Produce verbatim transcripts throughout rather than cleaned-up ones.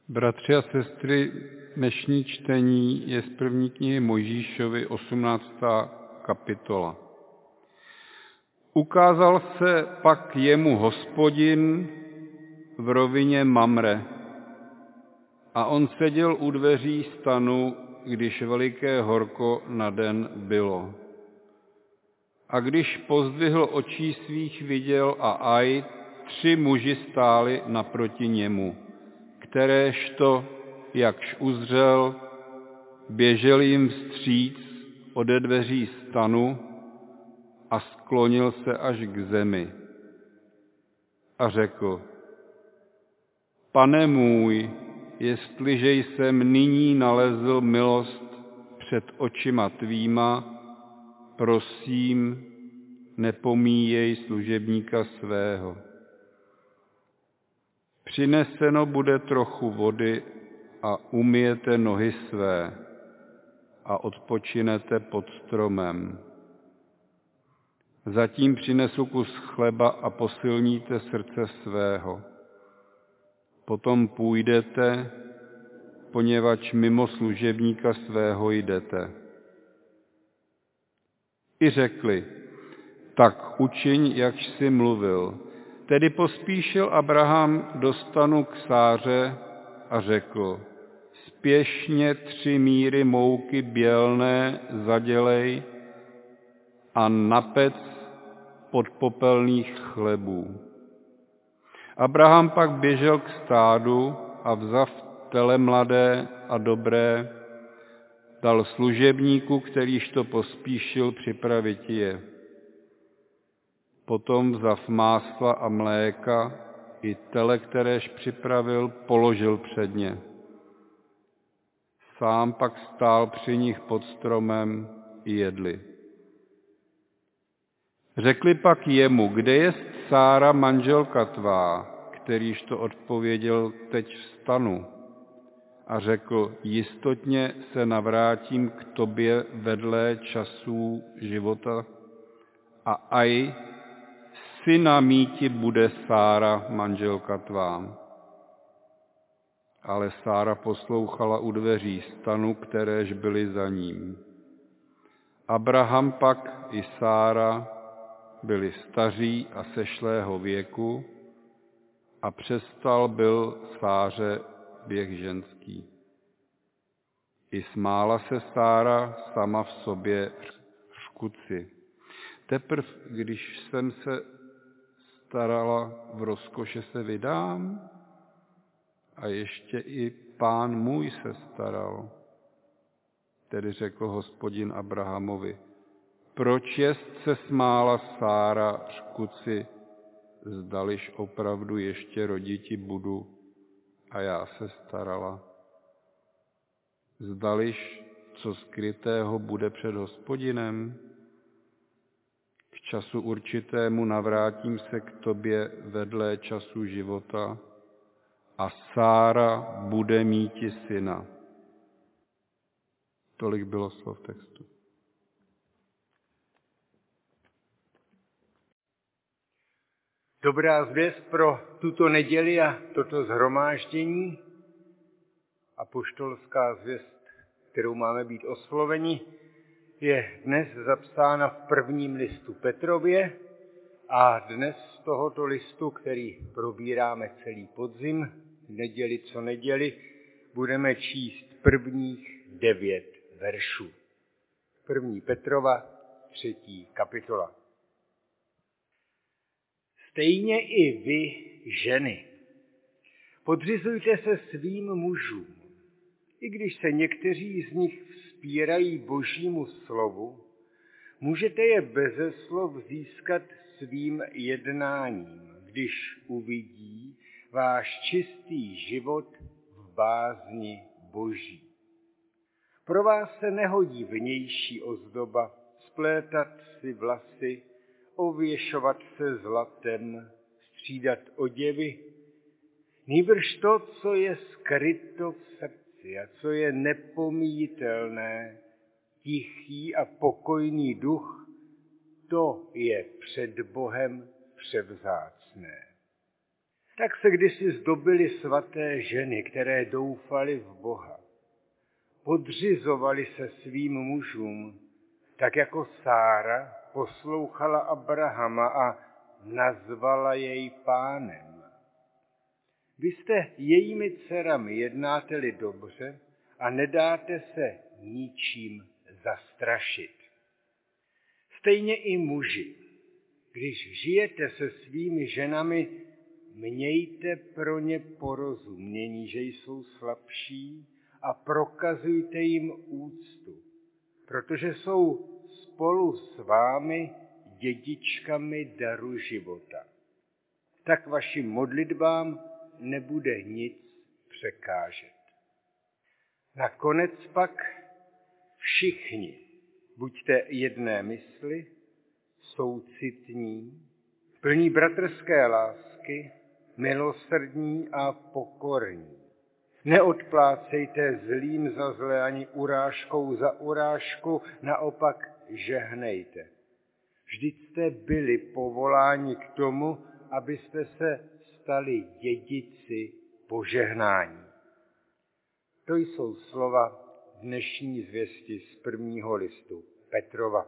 Bratři a sestry, dnešní čtení je z první knihy Mojžíšovy, osmnáctá kapitola. Ukázal se pak jemu Hospodin v rovině Mamre a on seděl u dveří stanu, když veliké horko na den bylo. A když pozdvihl očí svých, viděl a aj, tři muži stáli naproti němu, kteréžto, jakž uzřel, běžel jim vstříc ode dveří stanu a sklonil se až k zemi. A řekl: Pane můj, jestliže jsem nyní nalezl milost před očima tvýma, prosím, nepomíjej služebníka svého. Přineseno bude trochu vody a umyjete nohy své a odpočinete pod stromem. Zatím přinesu kus chleba a posilníte srdce svého. Potom půjdete, poněvadž mimo služebníka svého jdete. I řekli: tak učiň, jak jsi mluvil. Tedy pospíšil Abraham do stanu k Sáře a řekl: spěšně tři míry mouky bělné zadělej a napec podpopelných chlebů. Abraham pak běžel k stádu a vzav tele mladé a dobré, dal služebníku, kterýž to pospíšil připravit je. Potom vzav másla a mléka i tele, kteréž připravil, položil před ně. Sám pak stál při nich pod stromem i jedli. Řekli pak jemu: kde jest Sára, manželka tvá? Kterýž to odpověděl: teď vstanu. A řekl: jistotně se navrátím k tobě vedle časů života a aj syna míti bude Sára, manželka tvá. Ale Sára poslouchala u dveří stanu, kteréž byly za ním. Abraham pak i Sára byli staří a sešlého věku a přestal byl Sáře běh ženský. I smála se Sára sama v sobě škuci. Teprv, když jsem se starala, v rozkoše se vydám? A ještě i Pán můj se staral. Tedy řekl Hospodin Abrahamovi: proč jest se smála Sára škuci, zdališ opravdu ještě roditi budu a já se starala? Zdališ, co skrytého bude před Hospodinem? K času určitému navrátím se k tobě vedle času života a Sára bude míti syna. Tolik bylo slov textu. Dobrá zvěst pro tuto neděli a toto shromáždění. Apoštolská zvěst, kterou máme být osloveni, je dnes zapsána v prvním listu Petrově a dnes z tohoto listu, který probíráme celý podzim, neděli co neděli, budeme číst prvních devět veršů. První Petrova, třetí kapitola. Stejně i vy, ženy, podřizujte se svým mužům, i když se někteří z nich vzpírají Božímu slovu, můžete je beze slov získat svým jednáním, když uvidí váš čistý život v bázni Boží. Pro vás se nehodí vnější ozdoba, splétat si vlasy, ověšovat se zlatem, střídat oděvy, nýbrž to, co je skryto v srdci a co je nepomíjitelné, tichý a pokojný duch, to je před Bohem převzácné. Tak se kdysi zdobily svaté ženy, které doufaly v Boha. Podřizovali se svým mužům, tak jako Sára poslouchala Abrahama a nazvala jej pánem. Vy jste jejími dcerami, jednáte-li dobře a nedáte se ničím zastrašit. Stejně i muži, když žijete se svými ženami, mějte pro ně porozumění, že jsou slabší, a prokazujte jim úctu, protože jsou spolu s vámi dědičkami daru života. Tak vašim modlitbám nebude nic překážet. Nakonec pak všichni buďte jedné mysli, soucitní, plní bratrské lásky, milosrdní a pokorní. Neodplácejte zlým za zlé ani urážkou za urážku, naopak žehnejte. Vždyť jste byli povoláni k tomu, abyste se stali dědici požehnání. To jsou slova dnešní zvěsti z prvního listu Petrova.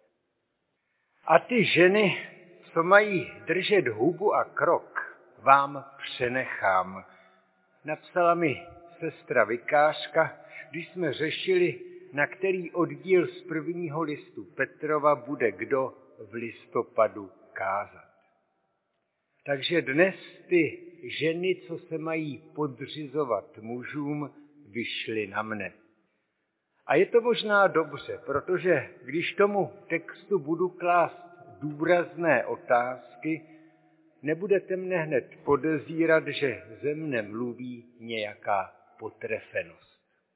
A ty ženy, co mají držet hubu a krok, vám přenechám. Napsala mi sestra vikářka, když jsme řešili, na který oddíl z prvního listu Petrova bude kdo v listopadu kázat. Takže dnes ty ženy, co se mají podřizovat mužům, vyšly na mne. A je to možná dobře, protože když tomu textu budu klást důrazné otázky, nebudete mne hned podezírat, že ze mne mluví nějaká potrefenost.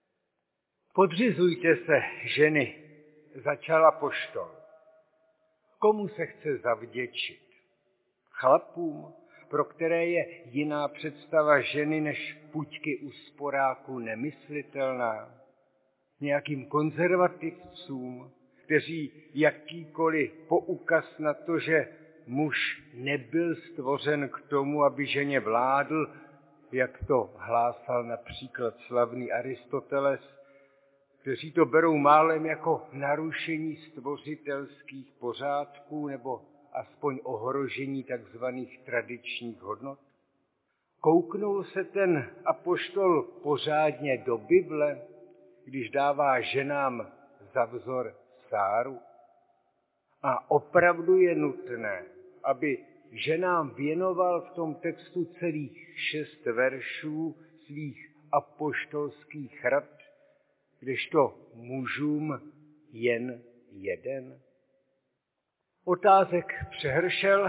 Podřizujte se, ženy, začal apoštol. Komu se chce zavděčit? Chlapům, pro které je jiná představa ženy než puťky u sporáku nemyslitelná? Nějakým konzervativcům, kteří jakýkoliv poukaz na to, že muž nebyl stvořen k tomu, aby ženě vládl, jak to hlásal například slavný Aristoteles, kteří to berou málem jako narušení stvořitelských pořádků nebo aspoň ohrožení takzvaných tradičních hodnot. Kouknul se ten apoštol pořádně do Bible, když dává ženám za vzor Sáru? A opravdu je nutné, aby ženám věnoval v tom textu celých šest veršů svých apoštolských rad, kdežto mužům jen jeden? Otázek přehršel,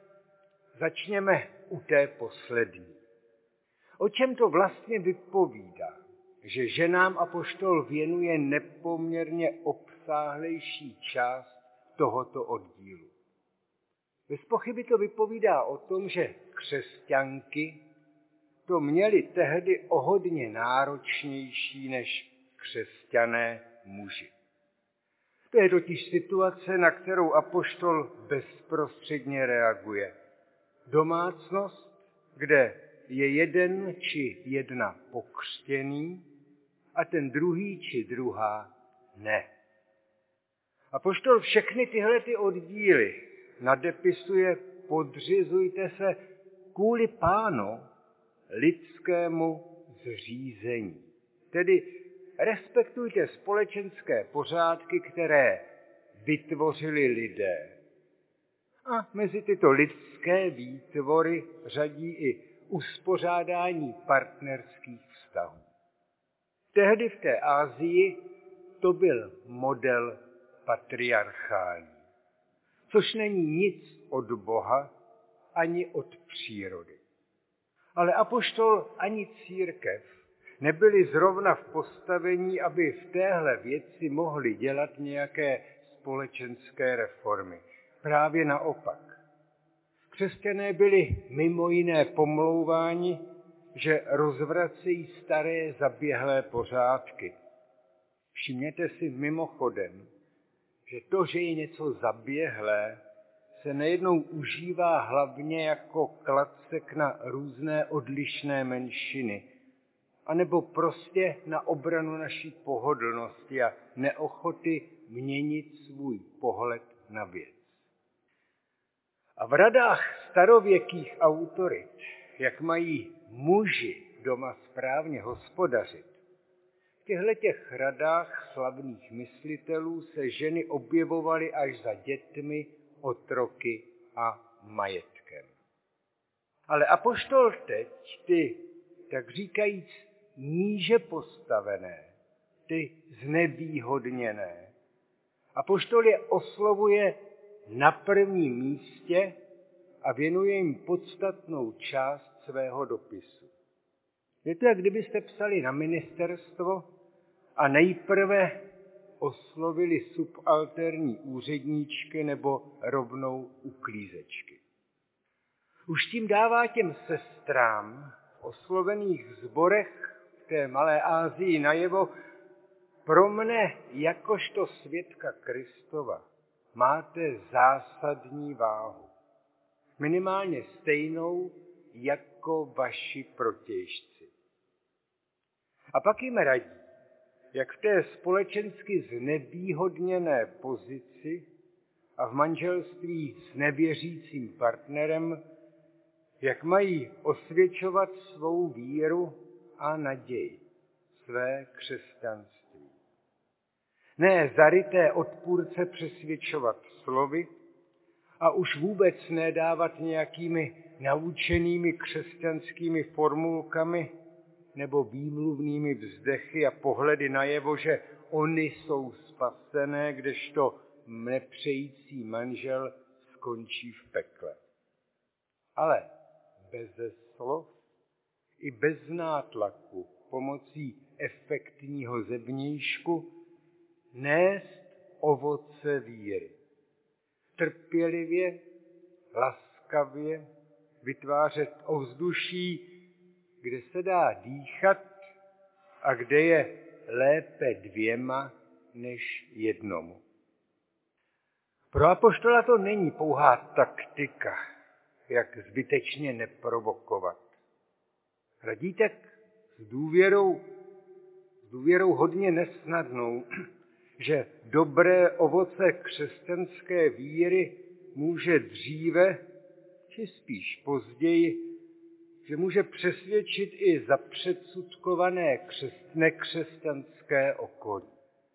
začněme u té poslední. O čem to vlastně vypovídá, že ženám apoštol věnuje nepoměrně obsáhlejší část tohoto oddílu? Bez pochyby to vypovídá o tom, že křesťanky to měly tehdy o hodně náročnější než křesťané muži. To je totiž situace, na kterou apoštol bezprostředně reaguje. Domácnost, kde je jeden či jedna pokřtěný a ten druhý či druhá ne. Apoštol všechny tyhle ty oddíly nadepisuje: podřizujte se kvůli Pánu lidskému zřízení. Tedy respektujte společenské pořádky, které vytvořili lidé. A mezi tyto lidské výtvory řadí i uspořádání partnerských vztahů. Tehdy v té Asii to byl model patriarchální, což není nic od Boha ani od přírody. Ale apoštol ani církev nebyli zrovna v postavení, aby v téhle věci mohli dělat nějaké společenské reformy. Právě naopak. Křesťané byli mimo jiné pomlouváni, že rozvracejí staré zaběhlé pořádky. Všimněte si mimochodem, že to, že je něco zaběhlé, se nejednou užívá hlavně jako klacek na různé odlišné menšiny, anebo prostě na obranu naší pohodlnosti a neochoty měnit svůj pohled na věc. A v radách starověkých autorit, jak mají muži doma správně hospodařit, v těchto radách slavných myslitelů se ženy objevovaly až za dětmi, otroky a majetkem. Ale apoštol teď ty, tak říkajíc, níže postavené, ty znevýhodněné, apoštol je oslovuje na prvním místě a věnuje jim podstatnou část svého dopisu. Je to, jak kdybyste psali na ministerstvo a nejprve oslovili subalterní úředníčky nebo rovnou uklízečky. Už tím dává těm sestrám v oslovených sborech v té Malé Asii najevo, pro mne jakožto svědka Kristova máte zásadní váhu. Minimálně stejnou jako vaši protějšci. A pak jim radí, jak v té společensky znevýhodněné pozici a v manželství s nevěřícím partnerem, jak mají osvědčovat svou víru a naději, své křesťanství. Ne zaryté odpůrce přesvědčovat slovy a už vůbec nedávat nějakými naučenými křesťanskými formulkami nebo výmluvnými vzdechy a pohledy najevo, že oni jsou spasené, kdežto nepřející manžel skončí v pekle. Ale beze slov i bez nátlaku pomocí efektního zevnějšku nést ovoce víry. Trpělivě, laskavě vytvářet ovzduší, kde se dá dýchat a kde je lépe dvěma než jednomu. Pro apoštola to není pouhá taktika, jak zbytečně neprovokovat. Radí tak s důvěrou, s důvěrou hodně nesnadnou, že dobré ovoce křesťanské víry může dříve, či spíš později, že může přesvědčit i zapředsudkované nekřesťanské okolí.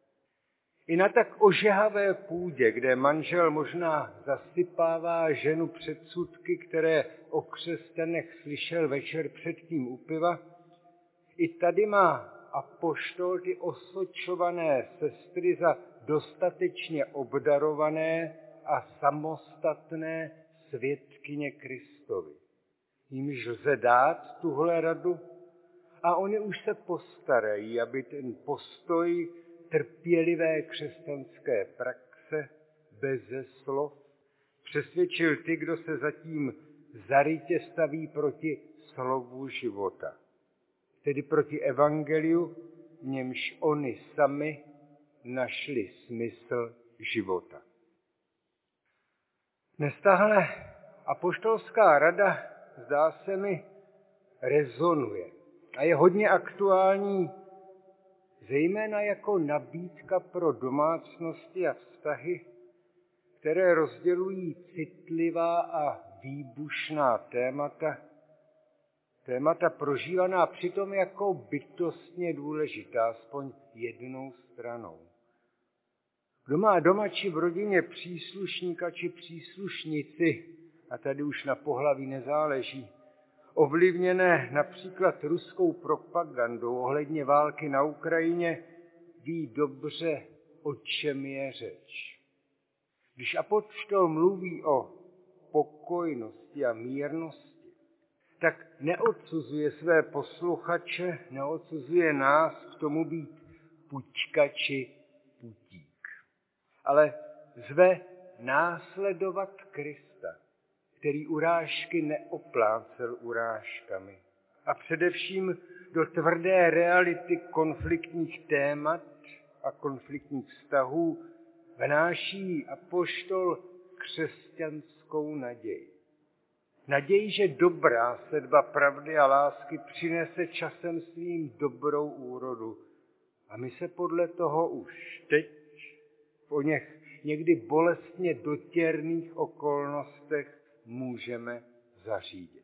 I na tak ožehavé půdě, kde manžel možná zasypává ženu předsudky, které o křesťanech slyšel večer předtím u piva, i tady má apoštol ty osočované sestry za dostatečně obdarované a samostatné svědkyně Kristovi. Jimž lze dát tuhle radu a oni už se postarají, aby ten postoj trpělivé křesťanské praxe beze slov přesvědčil ty, kdo se zatím zarytě staví proti slovu života, tedy proti evangeliu, v němž oni sami našli smysl života. Dnes tahle apoštolská rada, zdá se mi, rezonuje a je hodně aktuální, zejména jako nabídka pro domácnosti a vztahy, které rozdělují citlivá a výbušná témata, témata prožívaná přitom jako bytostně důležitá, aspoň jednou stranou. Kdo má doma či v rodině příslušníka či příslušnici, a tady už na pohlaví nezáleží, ovlivněné například ruskou propagandou ohledně války na Ukrajině, ví dobře, o čem je řeč. Když apoštol mluví o pokojnosti a mírnosti, tak neodsuzuje své posluchače, neodsuzuje nás k tomu být puťka či putík, ale zve následovat Krista, který urážky neoplácel urážkami. A především do tvrdé reality konfliktních témat a konfliktních vztahů vnáší apoštol křesťanskou křesťanskou naději. Naději, že dobrá sedba pravdy a lásky přinese časem svým dobrou úrodu. A my se podle toho už teď v oněch někdy bolestně dotěrných okolnostech můžeme zařídit.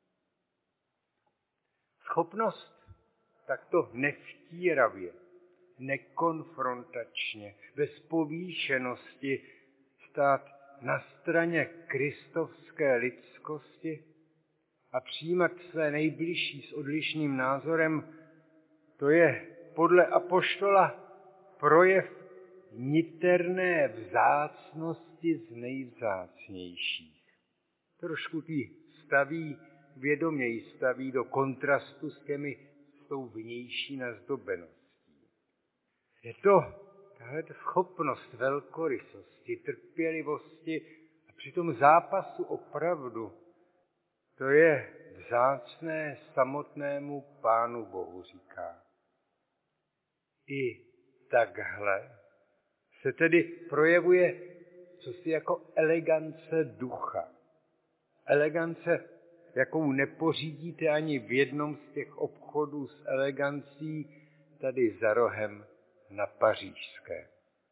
Schopnost takto nevtíravě, nekonfrontačně, bez povýšenosti stát na straně kristovské lidskosti a přijímat své nejbližší s odlišným názorem, to je podle apoštola projev niterné vzácnosti z nejvzácnějších. Trošku ty staví, vědoměji staví do kontrastu s těmi, s tou vnější nazdobeností. Je to tahle schopnost velkorysosti, trpělivosti a při tom zápasu opravdu, to je vzácné samotnému Pánu Bohu, říká. I takhle se tedy projevuje cosi jako elegance ducha. Elegance, jakou nepořídíte ani v jednom z těch obchodů s elegancí tady za rohem na Pařížské.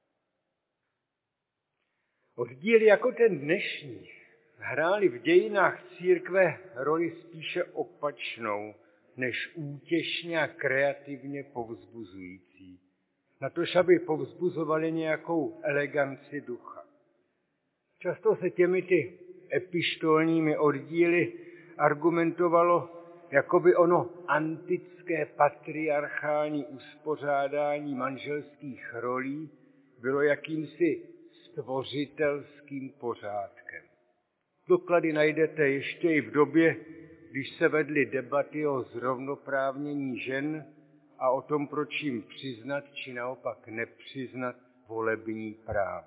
Oddíly jako ten dnešní hrály v dějinách církve roli spíše opačnou, než útěšně a kreativně povzbuzující. Natož, aby povzbuzovali nějakou eleganci ducha. Často se těmi ty epištolními oddíly argumentovalo, jako by ono antické patriarchální uspořádání manželských rolí bylo jakýmsi stvořitelským pořádkem. Doklady najdete ještě i v době, když se vedly debaty o zrovnoprávnění žen a o tom, proč jim přiznat či naopak nepřiznat volební právo.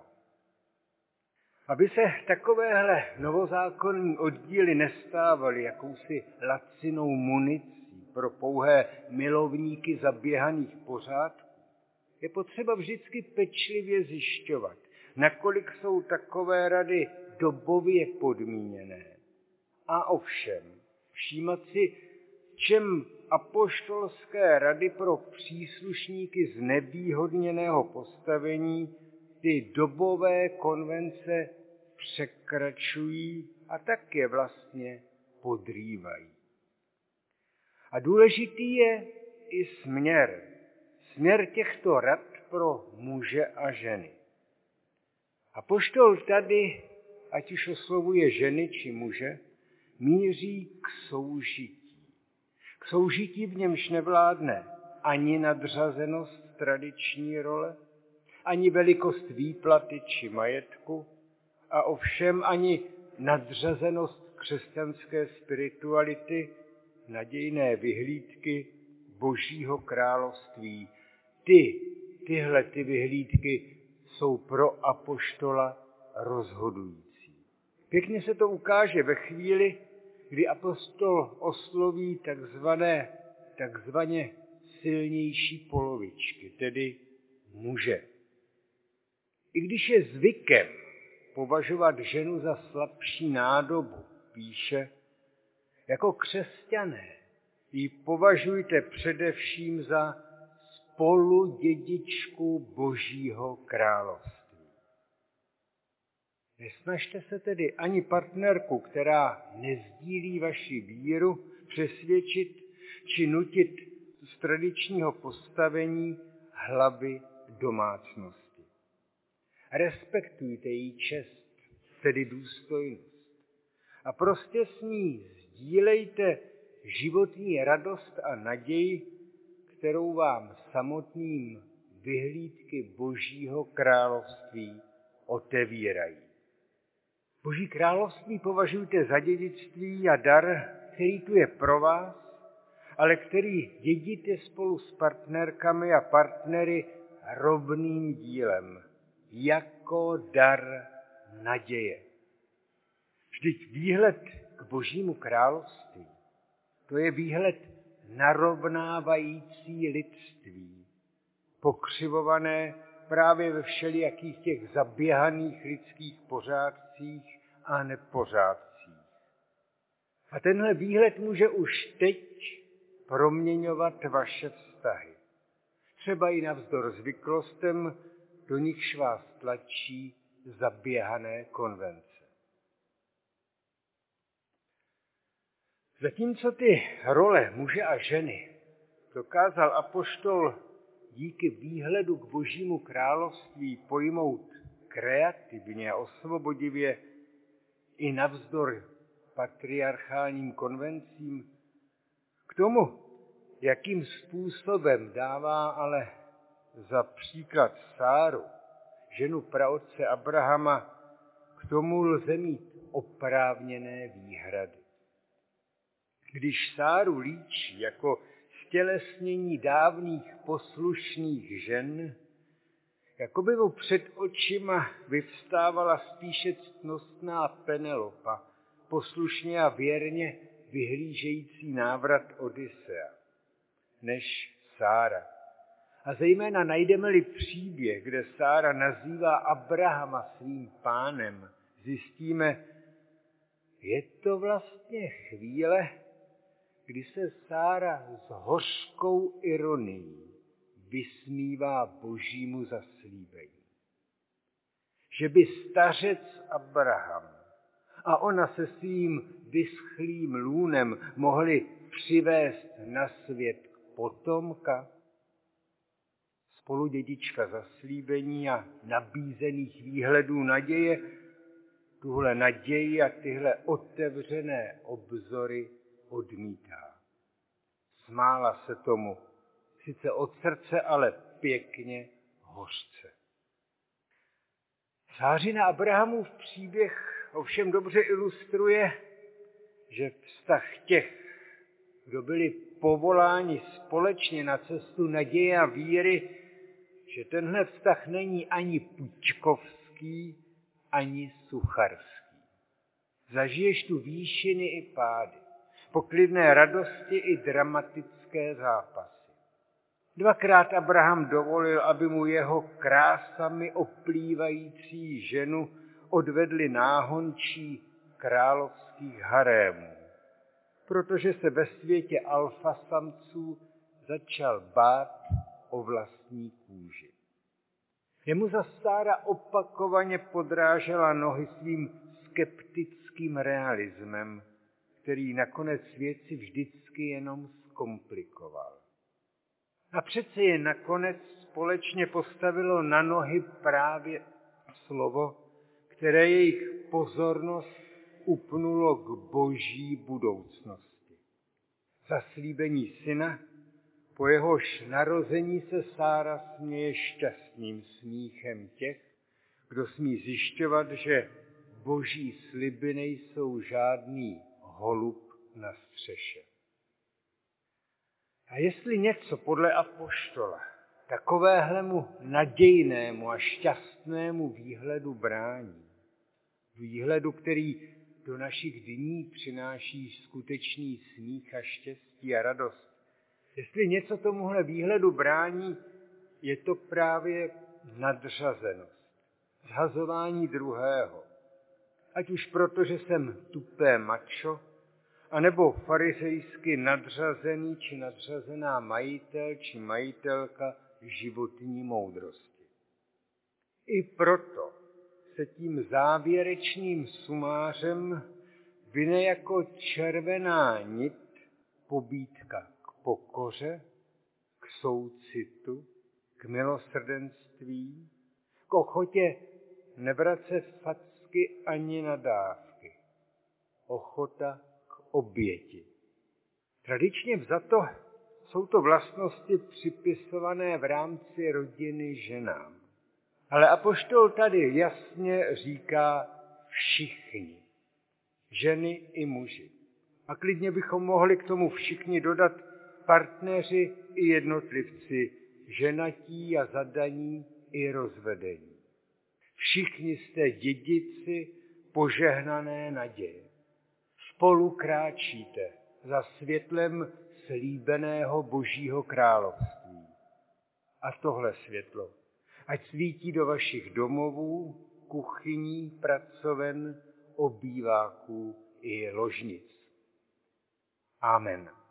Aby se takovéhle novozákonní oddíly nestávaly jakousi lacinou municí pro pouhé milovníky zaběhaných pořádků, je potřeba vždycky pečlivě zjišťovat, nakolik jsou takové rady dobově podmíněné. A ovšem, všímat si, čem apoštolské rady pro příslušníky znevýhodněného postavení ty dobové konvence překračují a tak je vlastně podrývají. A důležitý je i směr. Směr těchto rad pro muže a ženy. Apoštol tady, ať už oslovuje ženy či muže, míří k soužití. K soužití, v němž nevládne ani nadřazenost tradiční role, ani velikost výplaty či majetku, a ovšem ani nadřazenost křesťanské spirituality, nadějné vyhlídky Božího království. Ty, tyhle ty vyhlídky jsou pro apoštola rozhodující. Pěkně se to ukáže ve chvíli, kdy apostol osloví takzvané, takzvaně silnější polovičky, tedy muže. I když je zvykem považovat ženu za slabší nádobu, píše, jako křesťané ji považujte především za spoludědičku Božího království. Nesnažte se tedy ani partnerku, která nezdílí vaši víru, přesvědčit či nutit z tradičního postavení hlavy domácnosti. Respektujte její čest, tedy důstojnost. A prostě s ní sdílejte životní radost a naději, kterou vám samotným vyhlídky Božího království otevírají. Boží království považujte za dědictví a dar, který tu je pro vás, ale který dědíte spolu s partnerkami a partnery rovným dílem, jako dar naděje. Vždyť výhled k Božímu království, to je výhled narovnávající lidství, pokřivované právě ve všelijakých těch zaběhaných lidských pořádcích a nepořádcích. A tenhle výhled může už teď proměňovat vaše vztahy. Třeba i navzdor zvyklostem, do nichž vás tlačí zaběhané konvence. Zatímco ty role muže a ženy dokázal apoštol díky výhledu k Božímu království pojmout kreativně a osvobodivě i navzdor patriarchálním konvencím, k tomu, jakým způsobem dává ale za příklad Sáru, ženu praotce Abrahama, k tomu lze mít oprávněné výhrady. Když Sáru líčí jako stělesnění dávných poslušných žen, jako by mu před očima vyvstávala spíše ctnostná Penelopa, poslušně a věrně vyhlížející návrat Odysea, než Sára. A zejména najdeme-li příběh, kde Sára nazývá Abrahama svým pánem, zjistíme, je to vlastně chvíle, kdy se Sára s hořkou ironií vysmívá Božímu zaslíbení. Že by stařec Abraham a ona se svým vyschlým lůnem mohli přivést na svět potomka, spoludědička zaslíbení a nabízených výhledů naděje, tuhle naději a tyhle otevřené obzory odmítá. Smála se tomu, sice od srdce, ale pěkně hořce. Sářina Abrahamův příběh ovšem dobře ilustruje, že vztah těch, kdo byli povoláni společně na cestu naděje a víry, že tenhle vztah není ani pučkovský, ani sucharský. Zažiješ tu výšiny i pády, poklidné radosti i dramatické zápasy. Dvakrát Abraham dovolil, aby mu jeho krásami oplývající ženu odvedli náhončí královských harémů, protože se ve světě alfasamců začal bát o vlastní kůži. Jemu za Sára opakovaně podrážela nohy svým skeptickým realismem, který nakonec věci vždycky jenom zkomplikoval. A přece je nakonec společně postavilo na nohy právě slovo, které jejich pozornost upnulo k boží budoucnosti. Zaslíbení syna, po jehož narození se Sára směje šťastným smíchem těch, kdo smí zjišťovat, že boží sliby nejsou žádný holub na střeše. A jestli něco podle apoštola takovéhlemu nadějnému a šťastnému výhledu brání, výhledu, který do našich dní přináší skutečný smích a štěstí a radost, jestli něco tomuhle výhledu brání, je to právě nadřazenost, zhazování druhého. Ať už proto, že jsem tupé mačo, anebo farizejsky nadřazený či nadřazená majitel či majitelka životní moudrosti. I proto se tím závěrečným sumářem vyne jako červená nit pobídka k pokoře, k soucitu, k milosrdenství, k ochotě nevracet facky ani nadávky. Ochota k oběti. Tradičně vzato jsou to vlastnosti připisované v rámci rodiny ženám. Ale apoštol tady jasně říká všichni. Ženy i muži. A klidně bychom mohli k tomu všichni dodat partneři i jednotlivci, ženatí a zadaní i rozvedení. Všichni jste dědici požehnané naděje. Spolu kráčíte za světlem slíbeného Božího království. A tohle světlo, ať svítí do vašich domovů, kuchyní, pracoven, obýváků i ložnic. Amen.